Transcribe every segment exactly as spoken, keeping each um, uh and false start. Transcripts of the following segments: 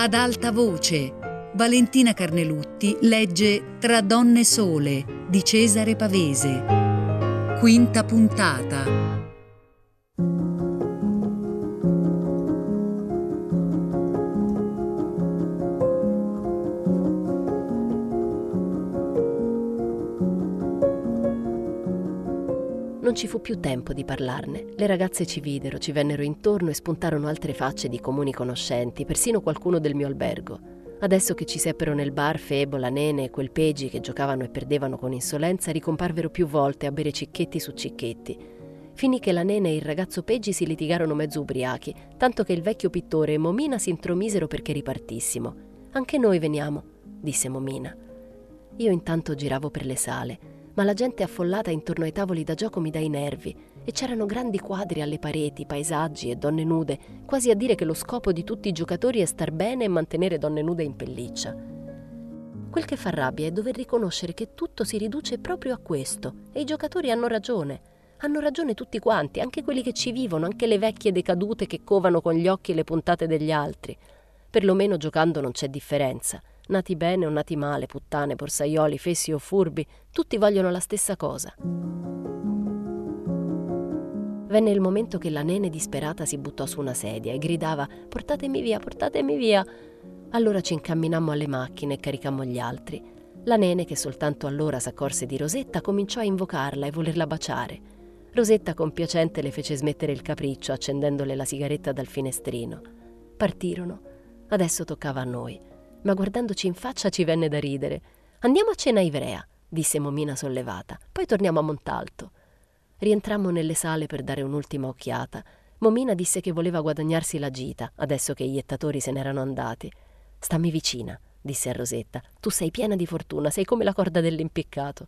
Ad alta voce, Valentina Carnelutti legge Tra donne sole di Cesare Pavese. Quinta puntata. Non ci fu più tempo di parlarne. Le ragazze ci videro, ci vennero intorno e spuntarono altre facce di comuni conoscenti, persino qualcuno del mio albergo. Adesso che ci seppero nel bar, Febo, la Nene e quel Peggi che giocavano e perdevano con insolenza ricomparvero più volte a bere cicchetti su cicchetti. Finì che la Nene e il ragazzo Peggi si litigarono mezzo ubriachi, tanto che il vecchio pittore e Momina si intromisero perché ripartissimo. «Anche noi veniamo», disse Momina. Io intanto giravo per le sale, ma la gente affollata intorno ai tavoli da gioco mi dà i nervi e c'erano grandi quadri alle pareti, paesaggi e donne nude, quasi a dire che lo scopo di tutti i giocatori è star bene e mantenere donne nude in pelliccia. Quel che fa rabbia è dover riconoscere che tutto si riduce proprio a questo e i giocatori hanno ragione. Hanno ragione tutti quanti, anche quelli che ci vivono, anche le vecchie decadute che covano con gli occhi le puntate degli altri. Perlomeno giocando non c'è differenza. Nati bene o nati male, puttane, borsaioli, fessi o furbi, tutti vogliono la stessa cosa. Venne il momento che la Nene disperata si buttò su una sedia e gridava «Portatemi via, portatemi via!». Allora ci incamminammo alle macchine e caricammo gli altri. La Nene, che soltanto allora s'accorse di Rosetta, cominciò a invocarla e volerla baciare. Rosetta compiacente le fece smettere il capriccio, accendendole la sigaretta dal finestrino. Partirono. Adesso toccava a noi. Ma guardandoci in faccia ci venne da ridere. «Andiamo a cena a Ivrea», disse Momina sollevata. «Poi torniamo a Montalto». Rientrammo nelle sale per dare un'ultima occhiata. Momina disse che voleva guadagnarsi la gita, adesso che i iettatori se n'erano andati. «Stammi vicina», disse a Rosetta. «Tu sei piena di fortuna, sei come la corda dell'impiccato».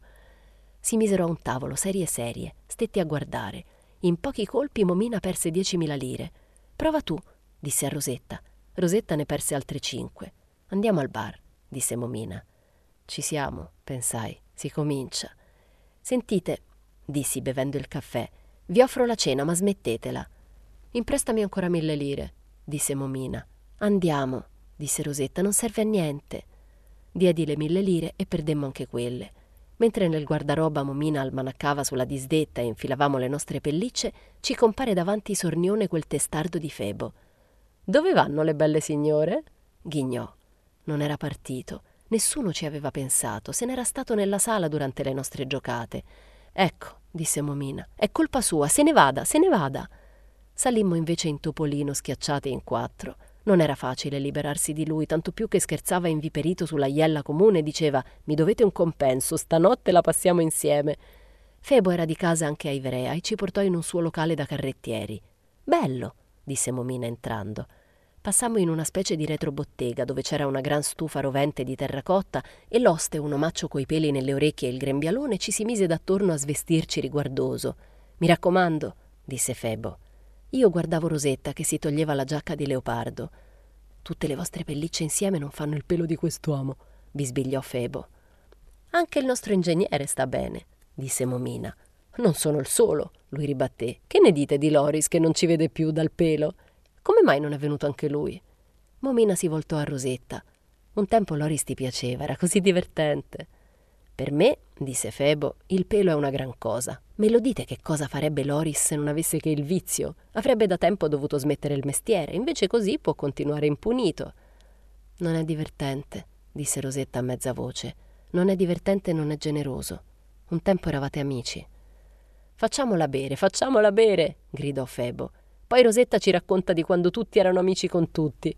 Si misero a un tavolo, serie serie. Stetti a guardare. In pochi colpi Momina perse diecimila lire. «Prova tu», disse a Rosetta. Rosetta ne perse altre cinque. «Andiamo al bar», disse Momina. «Ci siamo», pensai, «si comincia». «Sentite», dissi bevendo il caffè, «vi offro la cena, ma smettetela». «Imprestami ancora mille lire», disse Momina. «Andiamo», disse Rosetta, «non serve a niente». Diedi le mille lire e perdemmo anche quelle. Mentre nel guardaroba Momina almanaccava sulla disdetta e infilavamo le nostre pellicce, ci compare davanti sornione quel testardo di Febo. «Dove vanno le belle signore?» ghignò. Non era partito, nessuno ci aveva pensato, se n'era stato nella sala durante le nostre giocate. «Ecco», disse Momina, «è colpa sua, se ne vada, se ne vada». Salimmo invece in topolino, schiacciati in quattro. Non era facile liberarsi di lui, tanto più che scherzava inviperito sulla iella comune e diceva «Mi dovete un compenso, stanotte la passiamo insieme». Febo era di casa anche a Ivrea e ci portò in un suo locale da carrettieri. «Bello», disse Momina entrando. Passammo in una specie di retrobottega dove c'era una gran stufa rovente di terracotta e l'oste, un omaccio coi peli nelle orecchie e il grembialone, ci si mise d'attorno a svestirci riguardoso. «Mi raccomando», disse Febo. Io guardavo Rosetta che si toglieva la giacca di leopardo. «Tutte le vostre pellicce insieme non fanno il pelo di quest'uomo», bisbigliò Febo. «Anche il nostro ingegnere sta bene», disse Momina. «Non sono il solo», lui ribatté. «Che ne dite di Loris che non ci vede più dal pelo? Come mai non è venuto anche lui?» Momina si voltò a Rosetta. «Un tempo Loris ti piaceva, era così divertente». «Per me», disse Febo, «il pelo è una gran cosa. Me lo dite che cosa farebbe Loris se non avesse che il vizio? Avrebbe da tempo dovuto smettere il mestiere, invece così può continuare impunito». «Non è divertente», disse Rosetta a mezza voce. «Non è divertente e non è generoso. Un tempo eravate amici». «Facciamola bere, facciamola bere», gridò Febo. Poi Rosetta ci racconta di quando tutti erano amici con tutti.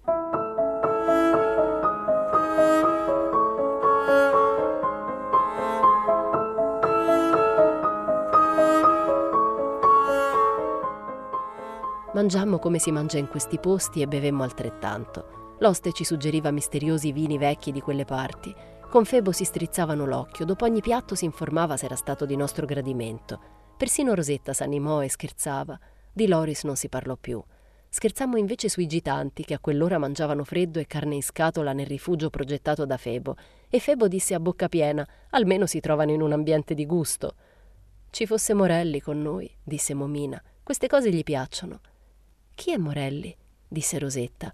Mangiammo come si mangia in questi posti e bevemmo altrettanto. L'oste ci suggeriva misteriosi vini vecchi di quelle parti. Con Febo si strizzavano l'occhio, dopo ogni piatto si informava se era stato di nostro gradimento. Persino Rosetta s'animò e scherzava. Di Loris non si parlò più. Scherzammo invece sui gitanti che a quell'ora mangiavano freddo e carne in scatola nel rifugio progettato da Febo, e Febo disse a bocca piena: «Almeno si trovano in un ambiente di gusto». «Ci fosse Morelli con noi», disse Momina. «Queste cose gli piacciono». «Chi è Morelli?» disse Rosetta.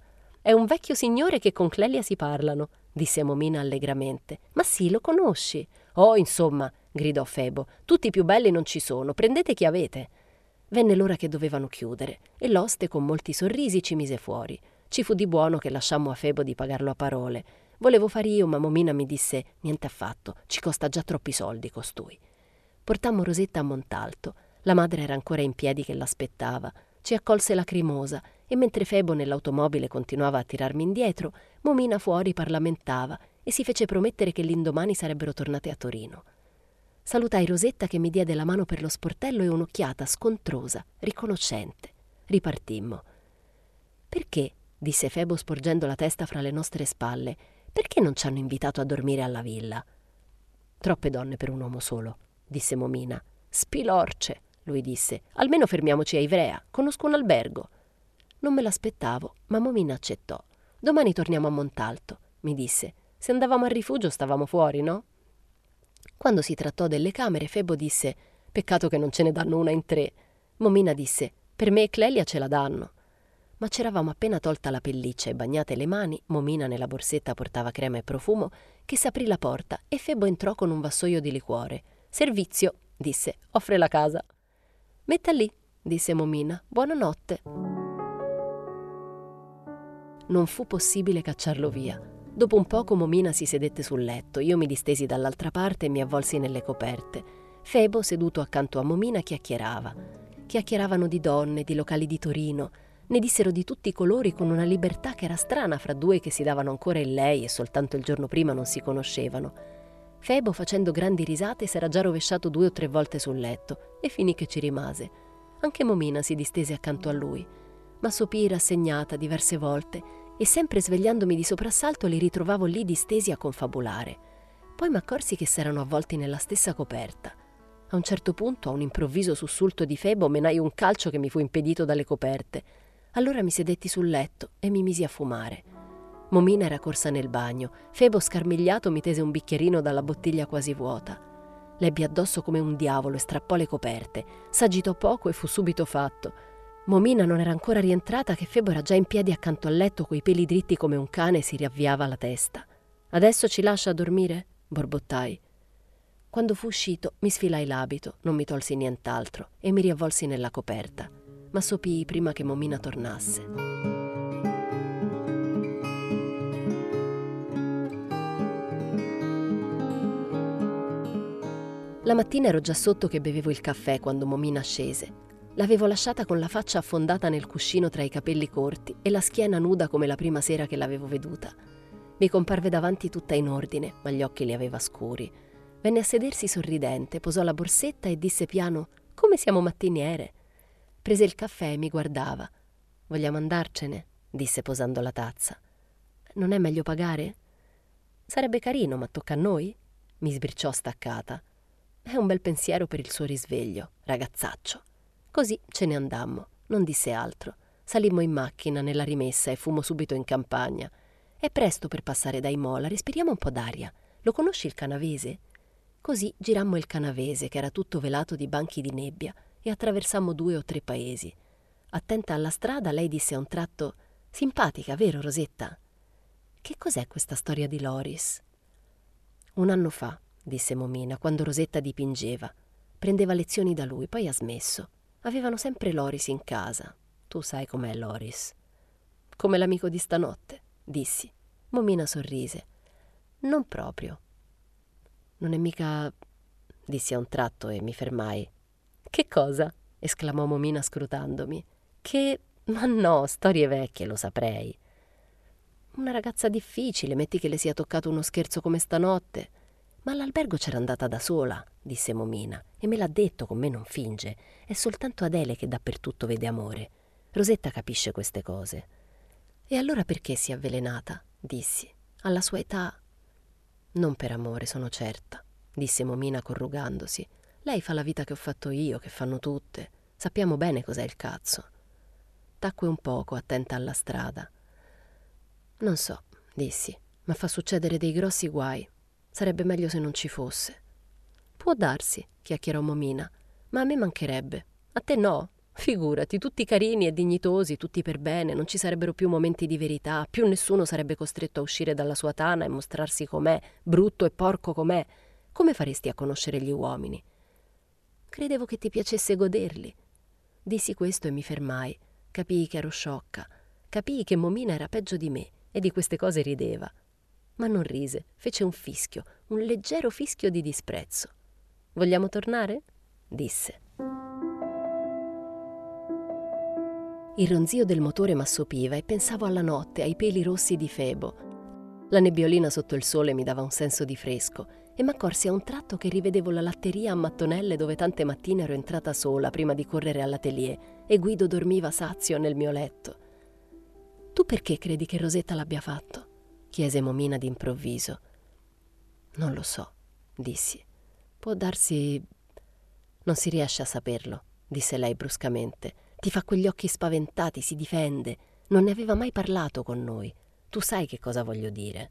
È un vecchio signore che con Clelia si parlano, disse Momina allegramente. Ma sì, lo conosci? Oh, insomma, gridò Febo, tutti i più belli non ci sono, prendete chi avete. Venne l'ora che dovevano chiudere e l'oste con molti sorrisi ci mise fuori. Ci fu di buono che lasciammo a Febo di pagarlo a parole. Volevo far io, ma Momina mi disse niente affatto, ci costa già troppi soldi costui. Portammo Rosetta a Montalto. La madre era ancora in piedi che l'aspettava. Ci accolse lacrimosa e mentre Febo nell'automobile continuava a tirarmi indietro, Momina fuori parlamentava e si fece promettere che l'indomani sarebbero tornate a Torino. Salutai Rosetta che mi diede la mano per lo sportello e un'occhiata scontrosa, riconoscente. Ripartimmo. «Perché?» disse Febo sporgendo la testa fra le nostre spalle. «Perché non ci hanno invitato a dormire alla villa?» «Troppe donne per un uomo solo», disse Momina. «Spilorce», lui disse. «Almeno fermiamoci a Ivrea, conosco un albergo». Non me l'aspettavo, ma Momina accettò. «Domani torniamo a Montalto», mi disse. «Se andavamo al rifugio stavamo fuori, no?» Quando si trattò delle camere, Febo disse: «Peccato che non ce ne danno una in tre». Momina disse: «Per me e Clelia ce la danno». Ma c'eravamo appena tolta la pelliccia e bagnate le mani, Momina nella borsetta portava crema e profumo, che s'aprì la porta e Febo entrò con un vassoio di liquore. «Servizio», disse, «offre la casa». «Metta lì», disse Momina, «buonanotte». Non fu possibile cacciarlo via. Dopo un poco Momina si sedette sul letto, io mi distesi dall'altra parte e mi avvolsi nelle coperte. Febo, seduto accanto a Momina, chiacchierava. Chiacchieravano di donne, di locali di Torino. Ne dissero di tutti i colori con una libertà che era strana fra due che si davano ancora il lei e soltanto il giorno prima non si conoscevano. Febo, facendo grandi risate, s'era già rovesciato due o tre volte sul letto e finì che ci rimase. Anche Momina si distese accanto a lui, ma sopii rassegnata diverse volte e sempre svegliandomi di soprassalto li ritrovavo lì distesi a confabulare. Poi m'accorsi che s'erano avvolti nella stessa coperta. A un certo punto, a un improvviso sussulto di Febo, menai un calcio che mi fu impedito dalle coperte. Allora mi sedetti sul letto e mi misi a fumare. Momina era corsa nel bagno. Febo, scarmigliato, mi tese un bicchierino dalla bottiglia quasi vuota. L'ebbi addosso come un diavolo e strappò le coperte. S'agitò poco e fu subito fatto. Momina non era ancora rientrata che Febo era già in piedi accanto al letto coi peli dritti come un cane e si riavviava la testa. «Adesso ci lascia dormire?» borbottai. Quando fu uscito mi sfilai l'abito, non mi tolsi nient'altro e mi riavvolsi nella coperta, ma sopii prima che Momina tornasse. La mattina ero già sotto che bevevo il caffè quando Momina scese. L'avevo lasciata con la faccia affondata nel cuscino tra i capelli corti e la schiena nuda come la prima sera che l'avevo veduta. Mi comparve davanti tutta in ordine, ma gli occhi li aveva scuri. Venne a sedersi sorridente, posò la borsetta e disse piano: «Come siamo mattiniere?» Prese il caffè e mi guardava. «Vogliamo andarcene?» disse posando la tazza. «Non è meglio pagare?» «Sarebbe carino, ma tocca a noi?» mi sbirciò staccata. È un bel pensiero per il suo risveglio, ragazzaccio. Così ce ne andammo, non disse altro. Salimmo in macchina nella rimessa e fummo subito in campagna. È presto per passare da Imola, respiriamo un po' d'aria. Lo conosci il Canavese? Così girammo il Canavese, che era tutto velato di banchi di nebbia, e attraversammo due o tre paesi. Attenta alla strada, lei disse a un tratto: «Simpatica, vero Rosetta?» «Che cos'è questa storia di Loris?» «Un anno fa», disse Momina, quando Rosetta dipingeva. Prendeva lezioni da lui, poi ha smesso. Avevano sempre Loris in casa. Tu sai com'è Loris. «Come l'amico di stanotte», dissi. Momina sorrise. «Non proprio». «Non è mica...» dissi a un tratto e mi fermai. «Che cosa?» esclamò Momina scrutandomi. «Che... ma no, storie vecchie, lo saprei». «Una ragazza difficile, metti che le sia toccato uno scherzo come stanotte». «Ma all'albergo c'era andata da sola», disse Momina, «e me l'ha detto, con me non finge. È soltanto Adele che dappertutto vede amore. Rosetta capisce queste cose». «E allora perché si è avvelenata?» dissi. «Alla sua età...» «Non per amore, sono certa», disse Momina corrugandosi. «Lei fa la vita che ho fatto io, che fanno tutte. Sappiamo bene cos'è il cazzo». Tacque un poco, attenta alla strada. «Non so», dissi, «ma fa succedere dei grossi guai. Sarebbe meglio se non ci fosse». «Può darsi», chiacchierò Momina, «ma a me mancherebbe. A te no?» Figurati, tutti carini e dignitosi, tutti per bene, non ci sarebbero più momenti di verità, più nessuno sarebbe costretto a uscire dalla sua tana e mostrarsi com'è, brutto e porco com'è. Come faresti a conoscere gli uomini? Credevo che ti piacesse goderli. Dissi questo e mi fermai. Capii che ero sciocca. Capii che Momina era peggio di me e di queste cose rideva. Ma non rise, fece un fischio, un leggero fischio di disprezzo. «Vogliamo tornare?» disse. Il ronzio del motore m'assopiva e pensavo alla notte, ai peli rossi di Febo. La nebbiolina sotto il sole mi dava un senso di fresco e m'accorsi a un tratto che rivedevo la latteria a mattonelle dove tante mattine ero entrata sola prima di correre all'atelier e Guido dormiva sazio nel mio letto. «Tu perché credi che Rosetta l'abbia fatto?» chiese Momina d'improvviso. «Non lo so», dissi. «Può darsi...» «Non si riesce a saperlo», disse lei bruscamente. «Ti fa quegli occhi spaventati, si difende. Non ne aveva mai parlato con noi. Tu sai che cosa voglio dire».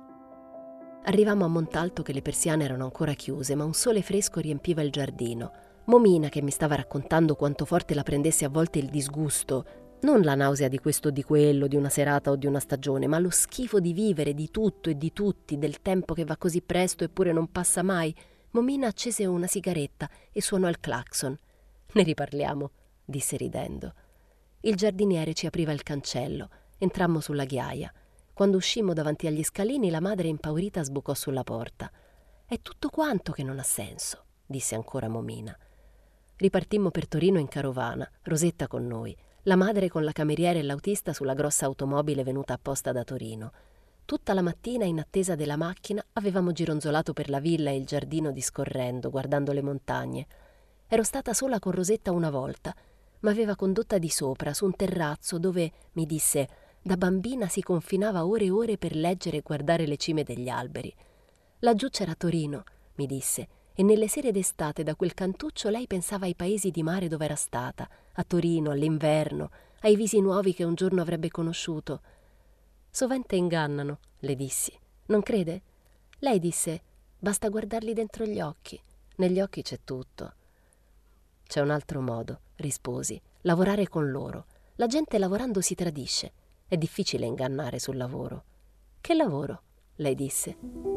Arrivammo a Montalto che le persiane erano ancora chiuse, ma un sole fresco riempiva il giardino. Momina, che mi stava raccontando quanto forte la prendesse a volte il disgusto, non la nausea di questo o di quello, di una serata o di una stagione, ma lo schifo di vivere, di tutto e di tutti, del tempo che va così presto eppure non passa mai, Momina accese una sigaretta e suonò il clacson. «Ne riparliamo», disse ridendo. Il giardiniere ci apriva il cancello. Entrammo sulla ghiaia. Quando uscimmo davanti agli scalini, la madre impaurita sbucò sulla porta. «È tutto quanto che non ha senso», disse ancora Momina. Ripartimmo per Torino in carovana, Rosetta con noi, la madre con la cameriera e l'autista sulla grossa automobile venuta apposta da Torino. Tutta la mattina, in attesa della macchina, avevamo gironzolato per la villa e il giardino discorrendo, guardando le montagne. Ero stata sola con Rosetta una volta. M'aveva condotta di sopra, su un terrazzo, dove, mi disse, da bambina si confinava ore e ore per leggere e guardare le cime degli alberi. Laggiù c'era Torino, mi disse, e nelle sere d'estate da quel cantuccio lei pensava ai paesi di mare dove era stata, a Torino, all'inverno, ai visi nuovi che un giorno avrebbe conosciuto. «Sovente ingannano», le dissi. «Non crede?» Lei disse: «Basta guardarli dentro gli occhi. Negli occhi c'è tutto». «C'è un altro modo», risposi, «lavorare con loro. La gente lavorando si tradisce. È difficile ingannare sul lavoro». «Che lavoro?» lei disse.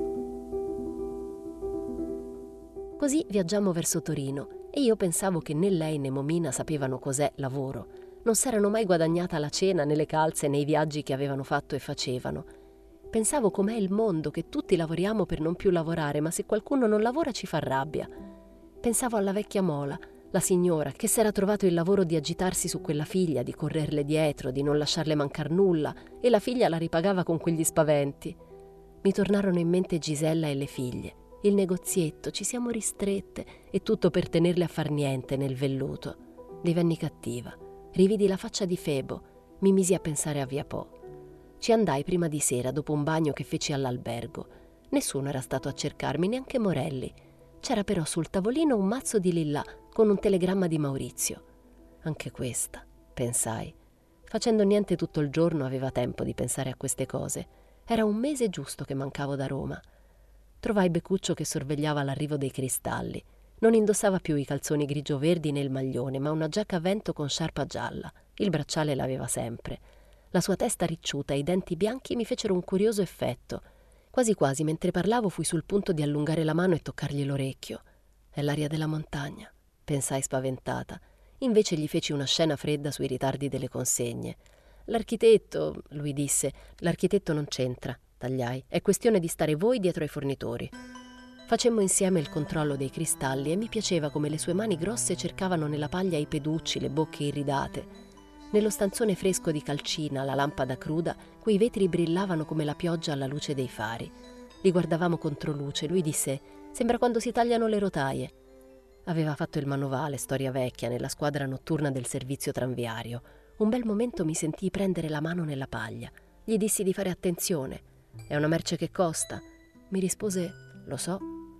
Così viaggiammo verso Torino e io pensavo che né lei né Momina sapevano cos'è lavoro. Non s'erano mai guadagnata la cena né le calze nei viaggi che avevano fatto e facevano. Pensavo com'è il mondo, che tutti lavoriamo per non più lavorare, ma se qualcuno non lavora ci fa rabbia. Pensavo alla vecchia Mola, la signora, che s'era trovato il lavoro di agitarsi su quella figlia, di correrle dietro, di non lasciarle mancar nulla, e la figlia la ripagava con quegli spaventi. Mi tornarono in mente Gisella e le figlie, il negozietto, ci siamo ristrette, e tutto per tenerle a far niente nel velluto. Divenni cattiva. Rividi la faccia di Febo, mi misi a pensare a Via Po. Ci andai prima di sera, dopo un bagno che feci all'albergo. Nessuno era stato a cercarmi, neanche Morelli. C'era però sul tavolino un mazzo di lillà con un telegramma di Maurizio. Anche questa, pensai. Facendo niente tutto il giorno aveva tempo di pensare a queste cose. Era un mese giusto che mancavo da Roma. Trovai Becuccio che sorvegliava l'arrivo dei cristalli. Non indossava più i calzoni grigio-verdi né il maglione, ma una giacca a vento con sciarpa gialla. Il bracciale l'aveva sempre. La sua testa ricciuta e i denti bianchi mi fecero un curioso effetto. Quasi quasi, mentre parlavo, fui sul punto di allungare la mano e toccargli l'orecchio. «È l'aria della montagna», pensai spaventata. Invece gli feci una scena fredda sui ritardi delle consegne. «L'architetto», lui disse, «l'architetto non c'entra», tagliai. «È questione di stare voi dietro ai fornitori». Facemmo insieme il controllo dei cristalli e mi piaceva come le sue mani grosse cercavano nella paglia i peducci, le bocche irridate. Nello stanzone fresco di calcina, la lampada cruda, quei vetri brillavano come la pioggia alla luce dei fari. Li guardavamo contro luce. Lui disse: «Sembra quando si tagliano le rotaie». Aveva fatto il manovale, storia vecchia, nella squadra notturna del servizio tranviario. Un bel momento mi sentii prendere la mano nella paglia. Gli dissi di fare attenzione. «È una merce che costa?» Mi rispose: «Lo so».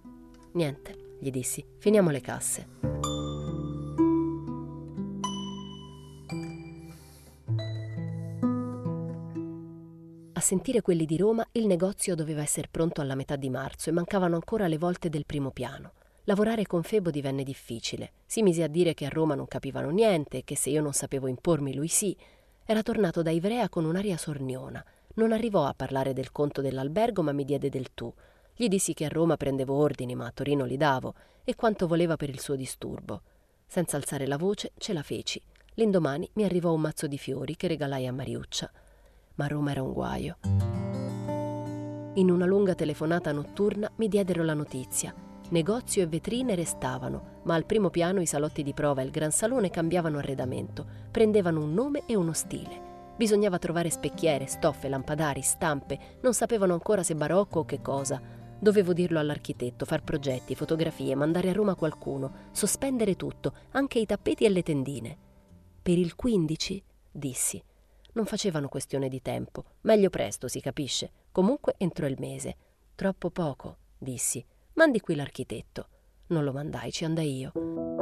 «Niente», gli dissi, «finiamo le casse». A sentire quelli di Roma, il negozio doveva essere pronto alla metà di marzo e mancavano ancora le volte del primo piano. Lavorare con Febo divenne difficile. Si mise a dire che a Roma non capivano niente e che se io non sapevo impormi lui sì. Era tornato da Ivrea con un'aria sorniona. Non arrivò a parlare del conto dell'albergo, ma mi diede del tu. Gli dissi che a Roma prendevo ordini, ma a Torino li davo, e quanto voleva per il suo disturbo. Senza alzare la voce, ce la feci. L'indomani mi arrivò un mazzo di fiori che regalai a Mariuccia. Ma Roma era un guaio. In una lunga telefonata notturna mi diedero la notizia. Negozio e vetrine restavano, ma al primo piano i salotti di prova e il gran salone cambiavano arredamento, prendevano un nome e uno stile. Bisognava trovare specchiere, stoffe, lampadari, stampe, non sapevano ancora se barocco o che cosa. Dovevo dirlo all'architetto, far progetti, fotografie, mandare a Roma qualcuno, sospendere tutto, anche i tappeti e le tendine. Per il quindici? Dissi. Non facevano questione di tempo, meglio presto, si capisce. Comunque entro il mese. Troppo poco, dissi. Mandi qui l'architetto. Non lo mandai, ci andai io.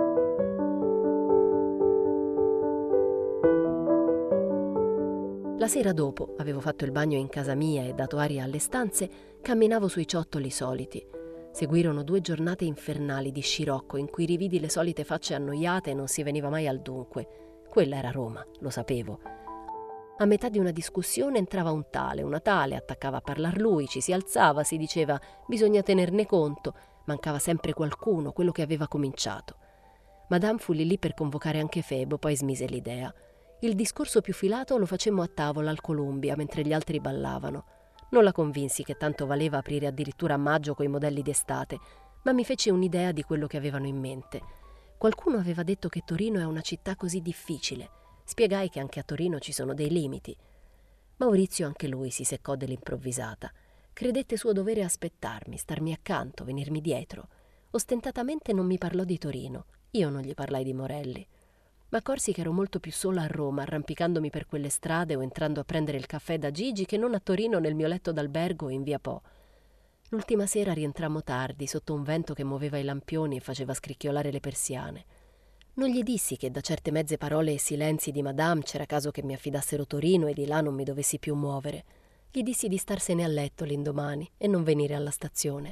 La sera dopo, avevo fatto il bagno in casa mia e dato aria alle stanze, camminavo sui ciottoli soliti. Seguirono due giornate infernali di scirocco in cui rividi le solite facce annoiate e non si veniva mai al dunque. Quella era Roma, lo sapevo. A metà di una discussione entrava un tale, una tale, attaccava a parlar lui, ci si alzava, si diceva bisogna tenerne conto, mancava sempre qualcuno, quello che aveva cominciato. Madame fu lì lì per convocare anche Febo, poi smise l'idea. Il discorso più filato lo facemmo a tavola al Columbia mentre gli altri ballavano. Non la convinsi che tanto valeva aprire addirittura a maggio coi modelli d'estate, ma mi fece un'idea di quello che avevano in mente. Qualcuno aveva detto che Torino è una città così difficile. Spiegai che anche a Torino ci sono dei limiti. Maurizio anche lui si seccò dell'improvvisata. Credette suo dovere aspettarmi, starmi accanto, venirmi dietro. Ostentatamente non mi parlò di Torino. Io non gli parlai di Morelli. M'accorsi che ero molto più sola a Roma, arrampicandomi per quelle strade o entrando a prendere il caffè da Gigi, che non a Torino nel mio letto d'albergo in via Po. L'ultima sera rientrammo tardi, sotto un vento che muoveva i lampioni e faceva scricchiolare le persiane. Non gli dissi che da certe mezze parole e silenzi di Madame c'era caso che mi affidassero Torino e di là non mi dovessi più muovere. Gli dissi di starsene a letto l'indomani e non venire alla stazione.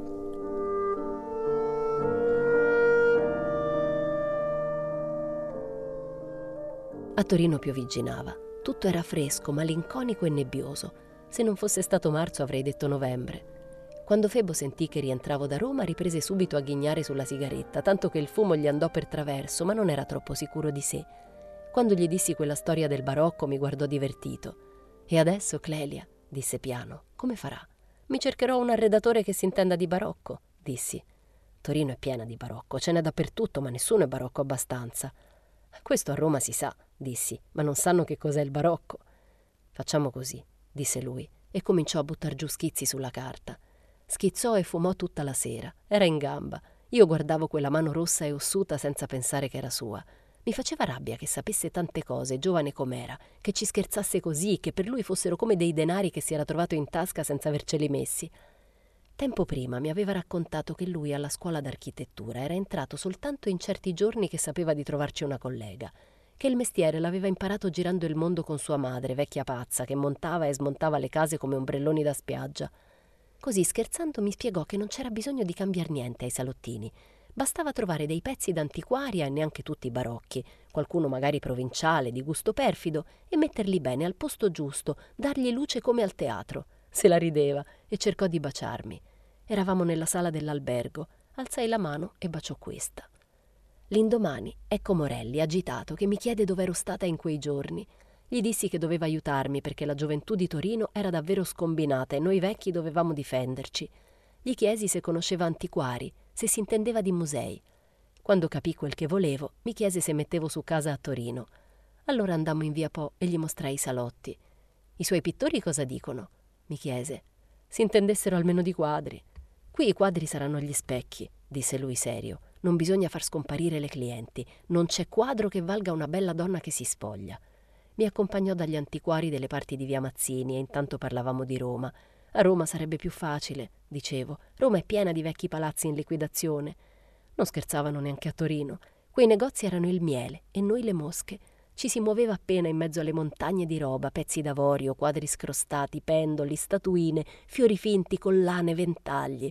A Torino piovigginava. Tutto era fresco, malinconico e nebbioso. Se non fosse stato marzo avrei detto novembre. Quando Febo sentì che rientravo da Roma riprese subito a ghignare sulla sigaretta, tanto che il fumo gli andò per traverso, ma non era troppo sicuro di sé. Quando gli dissi quella storia del barocco mi guardò divertito. «E adesso, Clelia?» disse piano. «Come farà?» «Mi cercherò un arredatore che si intenda di barocco», dissi. «Torino è piena di barocco, ce n'è dappertutto, ma nessuno è barocco abbastanza». «Questo a Roma si sa», dissi, «ma non sanno che cos'è il barocco». «Facciamo così», disse lui, e cominciò a buttar giù schizzi sulla carta. Schizzò e fumò tutta la sera. Era in gamba. Io guardavo quella mano rossa e ossuta senza pensare che era sua. Mi faceva rabbia che sapesse tante cose, giovane com'era, che ci scherzasse così, che per lui fossero come dei denari che si era trovato in tasca senza averceli messi. Tempo prima mi aveva raccontato che lui alla scuola d'architettura era entrato soltanto in certi giorni che sapeva di trovarci una collega, che il mestiere l'aveva imparato girando il mondo con sua madre, vecchia pazza, che montava e smontava le case come ombrelloni da spiaggia. Così, scherzando, mi spiegò che non c'era bisogno di cambiar niente ai salottini. Bastava trovare dei pezzi d'antiquaria e neanche tutti barocchi, qualcuno magari provinciale, di gusto perfido, e metterli bene al posto giusto, dargli luce come al teatro. Se la rideva e cercò di baciarmi. Eravamo nella sala dell'albergo. Alzai la mano e baciò questa. L'indomani ecco Morelli, agitato, che mi chiede dove ero stata in quei giorni. Gli dissi che doveva aiutarmi perché la gioventù di Torino era davvero scombinata e noi vecchi dovevamo difenderci. Gli chiesi se conosceva antiquari, se si intendeva di musei. Quando capì quel che volevo, mi chiese se mettevo su casa a Torino. Allora andammo in via Po e gli mostrai i salotti. «I suoi pittori cosa dicono?» mi chiese. «Si intendessero almeno di quadri». «Qui i quadri saranno gli specchi», disse lui serio. «Non bisogna far scomparire le clienti. Non c'è quadro che valga una bella donna che si spoglia». Mi accompagnò dagli antiquari delle parti di via Mazzini e intanto parlavamo di Roma. A Roma sarebbe più facile, dicevo. Roma è piena di vecchi palazzi in liquidazione. Non scherzavano neanche a Torino. Quei negozi erano il miele e noi le mosche. Ci si muoveva appena in mezzo alle montagne di roba, pezzi d'avorio, quadri scrostati, pendoli, statuine, fiori finti, collane, ventagli.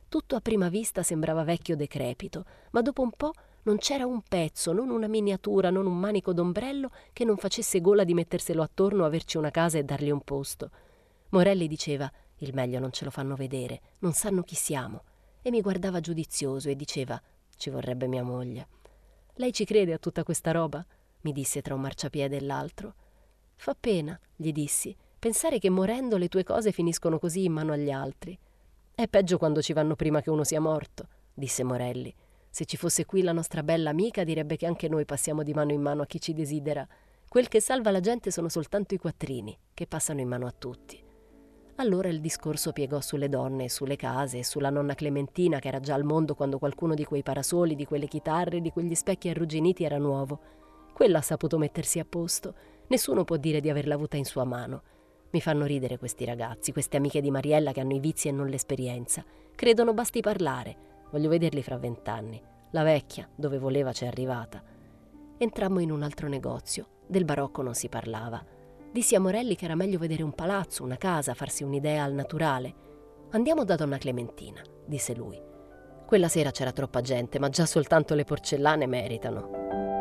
Tutto a prima vista sembrava vecchio decrepito, ma dopo un po' non c'era un pezzo, non una miniatura, non un manico d'ombrello che non facesse gola di metterselo attorno, averci una casa e dargli un posto. Morelli diceva: il meglio non ce lo fanno vedere, non sanno chi siamo. E mi guardava giudizioso e diceva: ci vorrebbe mia moglie. Lei ci crede a tutta questa roba? Mi disse tra un marciapiede e l'altro. Fa pena, gli dissi, pensare che morendo le tue cose finiscono così in mano agli altri. È peggio quando ci vanno prima che uno sia morto, disse Morelli. Se ci fosse qui la nostra bella amica direbbe che anche noi passiamo di mano in mano a chi ci desidera. Quel che salva la gente sono soltanto i quattrini, che passano in mano a tutti. Allora il discorso piegò sulle donne, sulle case, sulla nonna Clementina che era già al mondo quando qualcuno di quei parasoli, di quelle chitarre, di quegli specchi arrugginiti era nuovo. Quella ha saputo mettersi a posto. Nessuno può dire di averla avuta in sua mano. Mi fanno ridere questi ragazzi, queste amiche di Mariella che hanno i vizi e non l'esperienza. Credono basti parlare. Voglio vederli fra vent'anni. La vecchia, dove voleva, c'è arrivata. Entrammo in un altro negozio. Del barocco non si parlava. Dissi a Morelli che era meglio vedere un palazzo, una casa, farsi un'idea al naturale. Andiamo da donna Clementina, disse lui. Quella sera c'era troppa gente, ma già soltanto le porcellane meritano.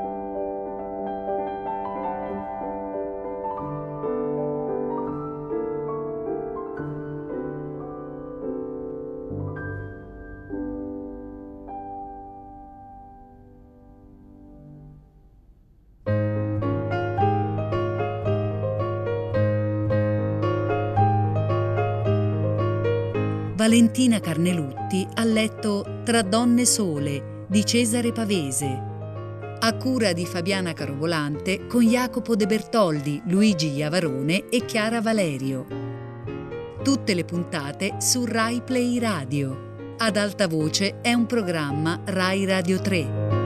Valentina Carnelutti ha letto Tra donne sole di Cesare Pavese, a cura di Fabiana Carobolante con Jacopo De Bertoldi, Luigi Iavarone e Chiara Valerio. Tutte le puntate su Rai Play Radio. Ad alta voce è un programma Rai Radio tre.